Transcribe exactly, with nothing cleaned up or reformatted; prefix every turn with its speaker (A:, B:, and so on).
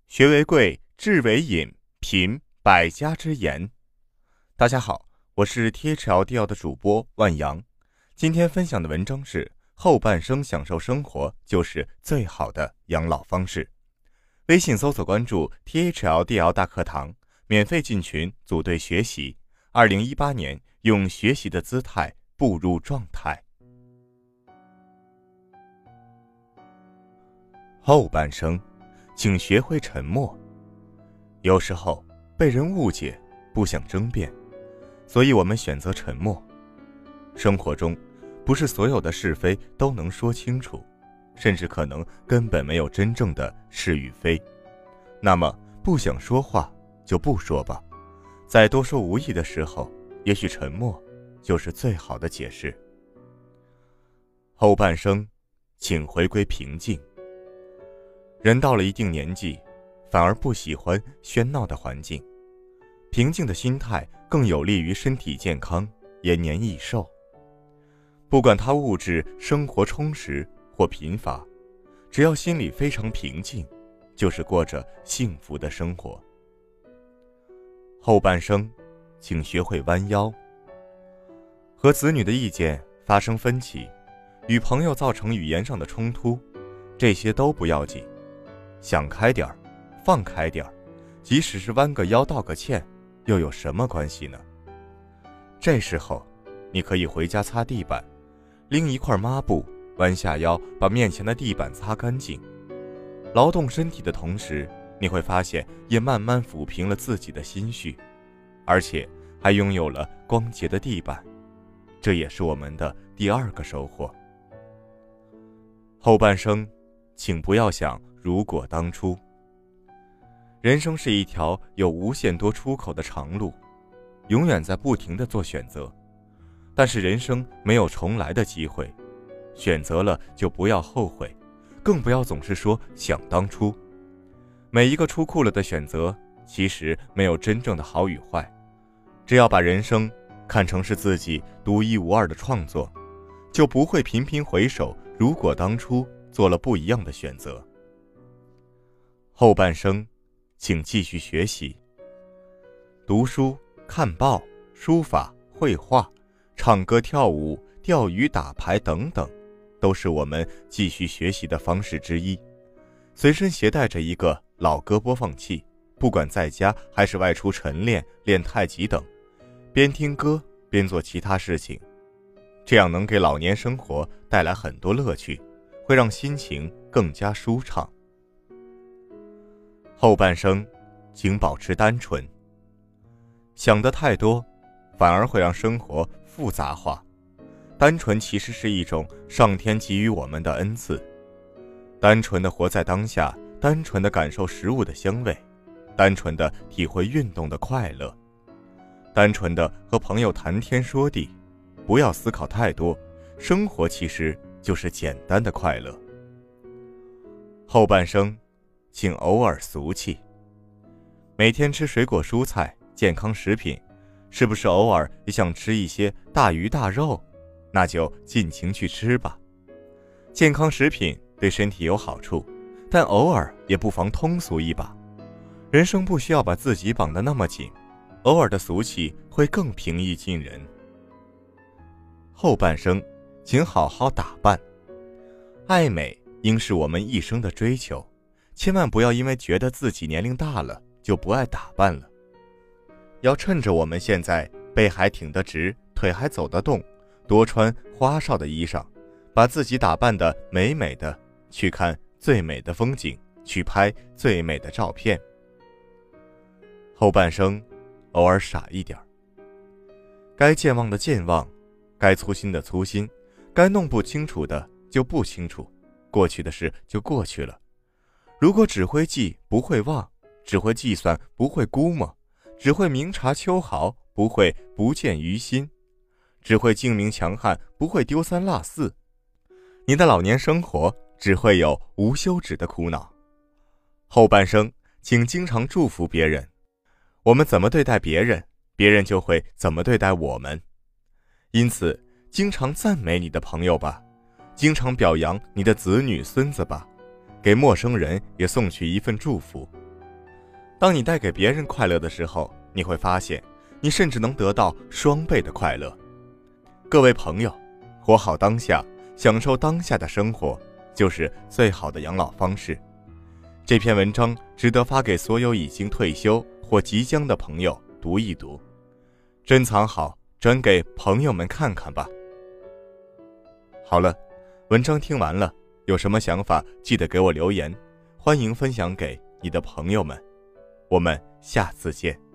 A: 学为贵，智为引，品百家之言。大家好，我是 T H L D L 的主播万阳。今天分享的文章是后半生享受生活就是最好的养老方式。微信搜索关注 T H L D L 大课堂，免费进群组队学习。二零一八年用学习的姿态步入状态。后半生请学会沉默。有时候被人误解，不想争辩，所以我们选择沉默。生活中不是所有的是非都能说清楚，甚至可能根本没有真正的是与非。那么不想说话就不说吧，在多说无益的时候，也许沉默就是最好的解释。后半生请回归平静。人到了一定年纪，反而不喜欢喧闹的环境，平静的心态更有利于身体健康，延年益寿。不管他物质生活充实或贫乏，只要心里非常平静，就是过着幸福的生活。后半生请学会弯腰。和子女的意见发生分歧，与朋友造成语言上的冲突，这些都不要紧，想开点儿，放开点儿，即使是弯个腰道个歉，又有什么关系呢？这时候你可以回家擦地板，拎一块抹布，弯下腰把面前的地板擦干净。劳动身体的同时，你会发现也慢慢抚平了自己的心绪，而且还拥有了光洁的地板，这也是我们的第二个收获。后半生请不要想如果当初。人生是一条有无限多出口的长路，永远在不停地做选择，但是人生没有重来的机会，选择了就不要后悔，更不要总是说想当初。每一个出库了的选择，其实没有真正的好与坏，只要把人生看成是自己独一无二的创作，就不会频频回首如果当初做了不一样的选择。后半生请继续学习。读书、看报、书法、绘画、唱歌、跳舞、钓鱼、打牌等等，都是我们继续学习的方式之一。随身携带着一个老歌播放器，不管在家还是外出晨练、练太极等，边听歌边做其他事情，这样能给老年生活带来很多乐趣，会让心情更加舒畅。后半生请保持单纯。想得太多，反而会让生活复杂化。单纯其实是一种上天给予我们的恩赐。单纯的活在当下，单纯的感受食物的香味，单纯的体会运动的快乐，单纯的和朋友谈天说地，不要思考太多，生活其实就是简单的快乐。后半生请偶尔俗气。每天吃水果蔬菜健康食品，是不是偶尔也想吃一些大鱼大肉？那就尽情去吃吧。健康食品对身体有好处，但偶尔也不妨通俗一把。人生不需要把自己绑得那么紧，偶尔的俗气会更平易近人。后半生请好好打扮。爱美应是我们一生的追求，千万不要因为觉得自己年龄大了就不爱打扮了。要趁着我们现在背还挺得直，腿还走得动，多穿花哨的衣裳，把自己打扮得美美的，去看最美的风景，去拍最美的照片。后半生偶尔傻一点，该健忘的健忘，该粗心的粗心，该弄不清楚的就不清楚，过去的事就过去了。如果只会记不会忘，只会计算不会估摸，只会明察秋毫不会不见于心，只会精明强悍不会丢三落四，你的老年生活只会有无休止的苦恼。后半生请经常祝福别人。我们怎么对待别人，别人就会怎么对待我们。因此经常赞美你的朋友吧，经常表扬你的子女孙子吧，给陌生人也送去一份祝福， 当你带给别人快乐的时候，你会发现你甚至能得到双倍的快乐。各位朋友，活好当下，享受当下的生活，就是最好的养老方式。这篇文章值得发给所有已经退休或即将的朋友读一读，珍藏好，转给朋友们看看吧。好了，文章听完了，有什么想法记得给我留言，欢迎分享给你的朋友们。我们下次见。